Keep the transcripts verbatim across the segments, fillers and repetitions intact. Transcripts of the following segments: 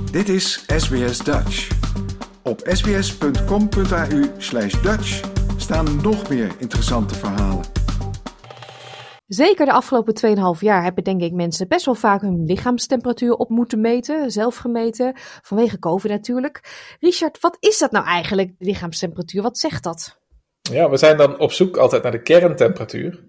Dit is S B S Dutch. Op sbs.com.au slash Dutch staan nog meer interessante verhalen. Zeker de afgelopen twee komma vijf jaar hebben denk ik mensen best wel vaak hun lichaamstemperatuur op moeten meten, zelf gemeten, vanwege COVID natuurlijk. Richard, wat is dat nou eigenlijk, lichaamstemperatuur? Wat zegt dat? Ja, we zijn dan op zoek altijd naar de kerntemperatuur.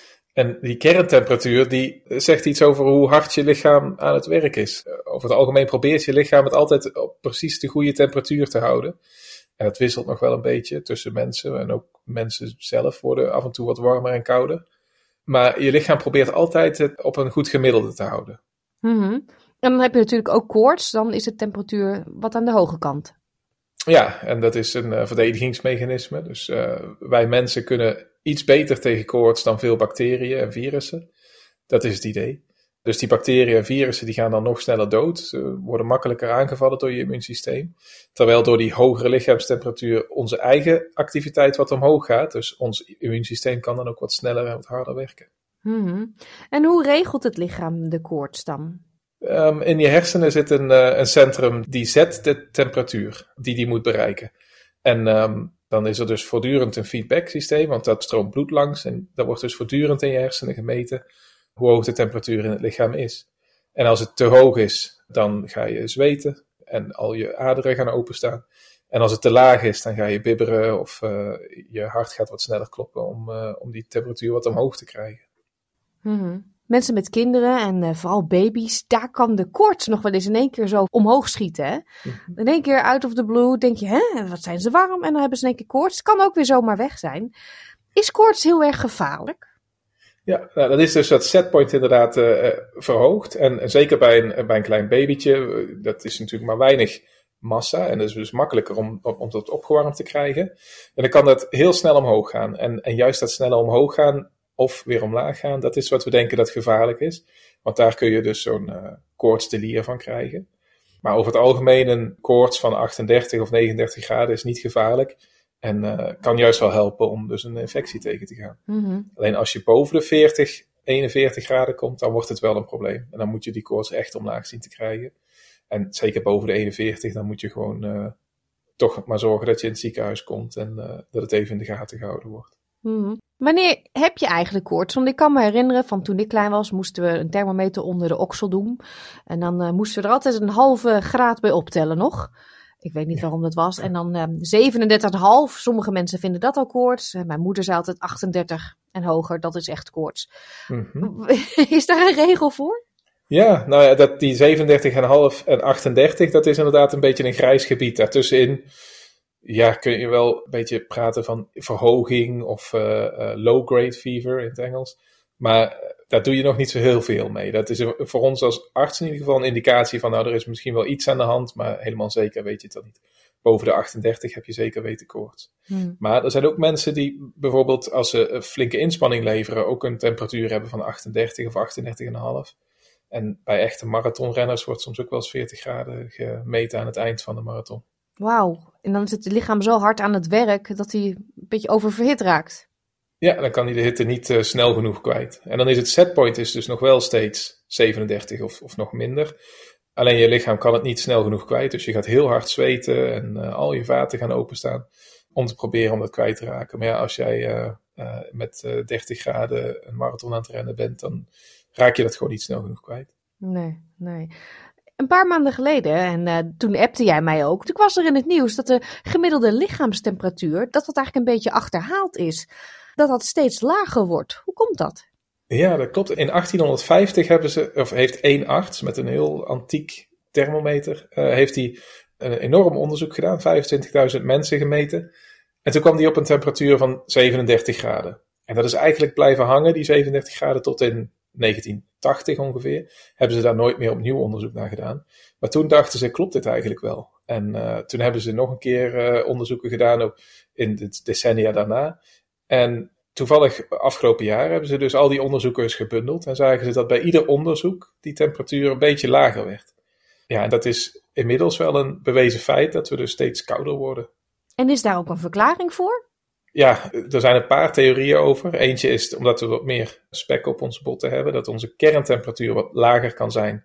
En die kerntemperatuur die zegt iets over hoe hard je lichaam aan het werk is. Over het algemeen probeert je lichaam het altijd op precies de goede temperatuur te houden. En het wisselt nog wel een beetje tussen mensen. En ook mensen zelf worden af en toe wat warmer en kouder. Maar je lichaam probeert altijd het op een goed gemiddelde te houden. Mm-hmm. En dan heb je natuurlijk ook koorts. Dan is de temperatuur wat aan de hoge kant. Ja, en dat is een uh, verdedigingsmechanisme. Dus uh, wij mensen kunnen iets beter tegen koorts dan veel bacteriën en virussen. Dat is het idee. Dus die bacteriën en virussen die gaan dan nog sneller dood. Ze worden makkelijker aangevallen door je immuunsysteem. Terwijl door die hogere lichaamstemperatuur onze eigen activiteit wat omhoog gaat. Dus ons immuunsysteem kan dan ook wat sneller en wat harder werken. Mm-hmm. En hoe regelt het lichaam de koorts dan? Um, in je hersenen zit een, uh, een centrum die zet de temperatuur die die moet bereiken. En um, dan is er dus voortdurend een feedback systeem, want dat stroomt bloed langs. En dat wordt dus voortdurend in je hersenen gemeten hoe hoog de temperatuur in het lichaam is. En als het te hoog is, dan ga je zweten en al je aderen gaan openstaan. En als het te laag is, dan ga je bibberen of uh, je hart gaat wat sneller kloppen om, uh, om die temperatuur wat omhoog te krijgen. Mm-hmm. Mensen met kinderen en uh, vooral baby's, daar kan de koorts nog wel eens in één keer zo omhoog schieten. Hè? Mm-hmm. In één keer out of the blue denk je, hè, wat zijn ze warm? En dan hebben ze in één keer koorts. Het kan ook weer zomaar weg zijn. Is koorts heel erg gevaarlijk? Ja, nou, dat is dus dat setpoint inderdaad uh, verhoogd. En, en zeker bij een, bij een klein babytje, uh, dat is natuurlijk maar weinig massa. En dat is dus makkelijker om, om, om dat opgewarmd te krijgen. En dan kan dat heel snel omhoog gaan. En, en juist dat sneller omhoog gaan of weer omlaag gaan, dat is wat we denken dat gevaarlijk is. Want daar kun je dus zo'n uh, koortsdelier van krijgen. Maar over het algemeen een koorts van achtendertig of negenendertig graden is niet gevaarlijk. En uh, kan juist wel helpen om dus een infectie tegen te gaan. Mm-hmm. Alleen als je boven de veertig, eenenveertig graden komt, dan wordt het wel een probleem. En dan moet je die koorts echt omlaag zien te krijgen. En zeker boven de eenenveertig, dan moet je gewoon uh, toch maar zorgen dat je in het ziekenhuis komt. En uh, dat het even in de gaten gehouden wordt. Mm-hmm. Wanneer heb je eigenlijk koorts? Want ik kan me herinneren, van toen ik klein was, moesten we een thermometer onder de oksel doen. En dan uh, moesten we er altijd een halve graad bij optellen nog. Ik weet niet waarom dat was. En dan uh, zevenendertig komma vijf. Sommige mensen vinden dat al koorts. Mijn moeder zei altijd achtendertig en hoger. Dat is echt koorts. Mm-hmm. Is daar een regel voor? Ja, nou ja, dat, die zevenendertig komma vijf en achtendertig, dat is inderdaad een beetje een grijs gebied. Daartussenin ja, kun je wel een beetje praten van verhoging of uh, uh, low-grade fever in het Engels. Maar daar doe je nog niet zo heel veel mee. Dat is voor ons als arts in ieder geval een indicatie van, nou, er is misschien wel iets aan de hand, maar helemaal zeker weet je het dan niet. Boven de achtendertig heb je zeker weten koorts. Hmm. Maar er zijn ook mensen die bijvoorbeeld, als ze een flinke inspanning leveren, ook een temperatuur hebben van achtendertig of achtendertig komma vijf. En bij echte marathonrenners wordt soms ook wel eens veertig graden gemeten aan het eind van de marathon. Wauw, en dan is het lichaam zo hard aan het werk dat hij een beetje oververhit raakt. Ja, dan kan hij de hitte niet uh, snel genoeg kwijt. En dan is het setpoint is dus nog wel steeds zevenendertig of, of nog minder. Alleen je lichaam kan het niet snel genoeg kwijt. Dus je gaat heel hard zweten en uh, al je vaten gaan openstaan om te proberen om dat kwijt te raken. Maar ja, als jij uh, uh, met uh, dertig graden een marathon aan het rennen bent, dan raak je dat gewoon niet snel genoeg kwijt. Nee, nee. Een paar maanden geleden, en uh, toen appte jij mij ook, toen was er in het nieuws dat de gemiddelde lichaamstemperatuur, dat dat eigenlijk een beetje achterhaald is. Dat dat steeds lager wordt. Hoe komt dat? Ja, dat klopt. In achttienhonderdvijftig hebben ze, of heeft één arts met een heel antiek thermometer, uh, heeft hij een enorm onderzoek gedaan, vijfentwintigduizend mensen gemeten. En toen kwam hij op een temperatuur van zevenendertig graden. En dat is eigenlijk blijven hangen, die zevenendertig graden, tot in negentien tachtig ongeveer. Hebben ze daar nooit meer opnieuw onderzoek naar gedaan. Maar toen dachten ze, klopt dit eigenlijk wel? En uh, toen hebben ze nog een keer uh, onderzoeken gedaan, ook in de decennia daarna. En toevallig afgelopen jaar hebben ze dus al die onderzoeken eens gebundeld. En zagen ze dat bij ieder onderzoek die temperatuur een beetje lager werd. Ja, en dat is inmiddels wel een bewezen feit dat we dus steeds kouder worden. En is daar ook een verklaring voor? Ja, er zijn een paar theorieën over. Eentje is omdat we wat meer spek op onze botten hebben. Dat onze kerntemperatuur wat lager kan zijn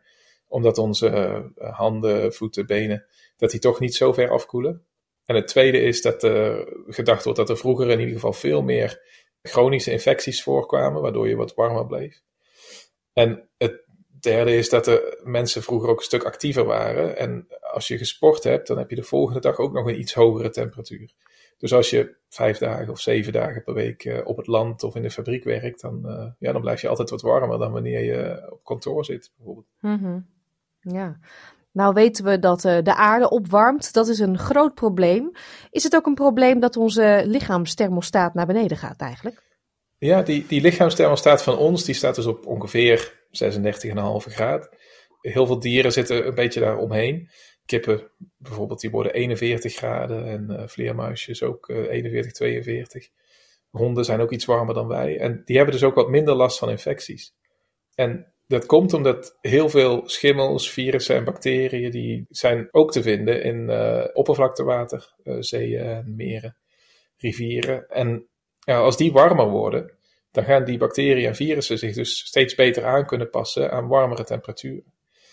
Omdat onze uh, handen, voeten, benen, dat die toch niet zo ver afkoelen. En het tweede is dat er gedacht wordt dat er vroeger in ieder geval veel meer chronische infecties voorkwamen, waardoor je wat warmer bleef. En het derde is dat de mensen vroeger ook een stuk actiever waren. En als je gesport hebt, dan heb je de volgende dag ook nog een iets hogere temperatuur. Dus als je vijf dagen of zeven dagen per week uh, op het land of in de fabriek werkt, dan, uh, ja, dan blijf je altijd wat warmer dan wanneer je op kantoor zit, bijvoorbeeld. Mm-hmm. Ja. Nou weten we dat uh, de aarde opwarmt. Dat is een groot probleem. Is het ook een probleem dat onze lichaamsthermostaat naar beneden gaat eigenlijk? Ja, die, die lichaamsthermostaat van ons, die staat dus op ongeveer zesendertig komma vijf graden. Heel veel dieren zitten een beetje daar omheen. Kippen bijvoorbeeld, die worden eenenveertig graden en uh, vleermuisjes ook uh, eenenveertig, tweeënveertig. Honden zijn ook iets warmer dan wij. En die hebben dus ook wat minder last van infecties. En dat komt omdat heel veel schimmels, virussen en bacteriën, die zijn ook te vinden in uh, oppervlaktewater, uh, zeeën, meren, rivieren. En ja, als die warmer worden, dan gaan die bacteriën en virussen zich dus steeds beter aan kunnen passen aan warmere temperaturen.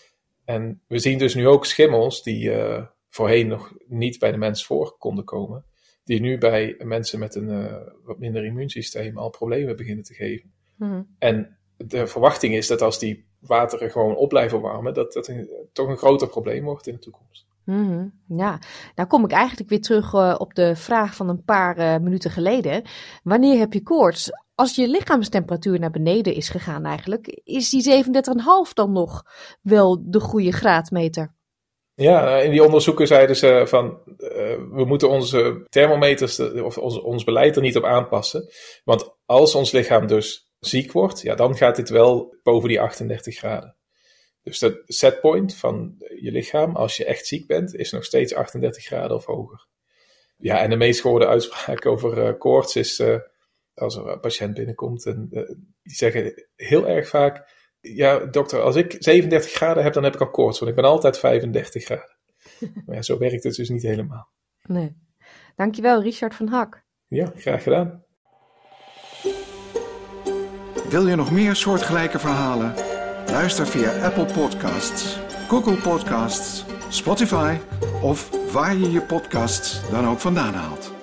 En we zien dus nu ook schimmels die uh, voorheen nog niet bij de mens voor konden komen, die nu bij mensen met een uh, wat minder immuunsysteem al problemen beginnen te geven. Mm-hmm. En de verwachting is dat als die wateren gewoon op blijven warmen, dat dat een, toch een groter probleem wordt in de toekomst. Mm-hmm. Ja, nou kom ik eigenlijk weer terug uh, op de vraag van een paar uh, minuten geleden. Wanneer heb je koorts? Als je lichaamstemperatuur naar beneden is gegaan eigenlijk, is die zevenendertig komma vijf dan nog wel de goede graadmeter? Ja, in die onderzoeken zeiden ze van, uh, we moeten onze thermometers of ons, ons beleid er niet op aanpassen. Want als ons lichaam dus ziek wordt, ja, dan gaat dit wel boven die achtendertig graden. Dus de setpoint van je lichaam, als je echt ziek bent, is nog steeds achtendertig graden of hoger. Ja, en de meest gehoorde uitspraak over uh, koorts is, uh, als er een patiënt binnenkomt, en uh, die zeggen heel erg vaak, ja dokter, als ik zevenendertig graden heb, dan heb ik al koorts, want ik ben altijd vijfendertig graden. Maar ja, zo werkt het dus niet helemaal. Nee. Dankjewel, Richard van Hak. Ja, graag gedaan. Wil je nog meer soortgelijke verhalen? Luister via Apple Podcasts, Google Podcasts, Spotify of waar je je podcasts dan ook vandaan haalt.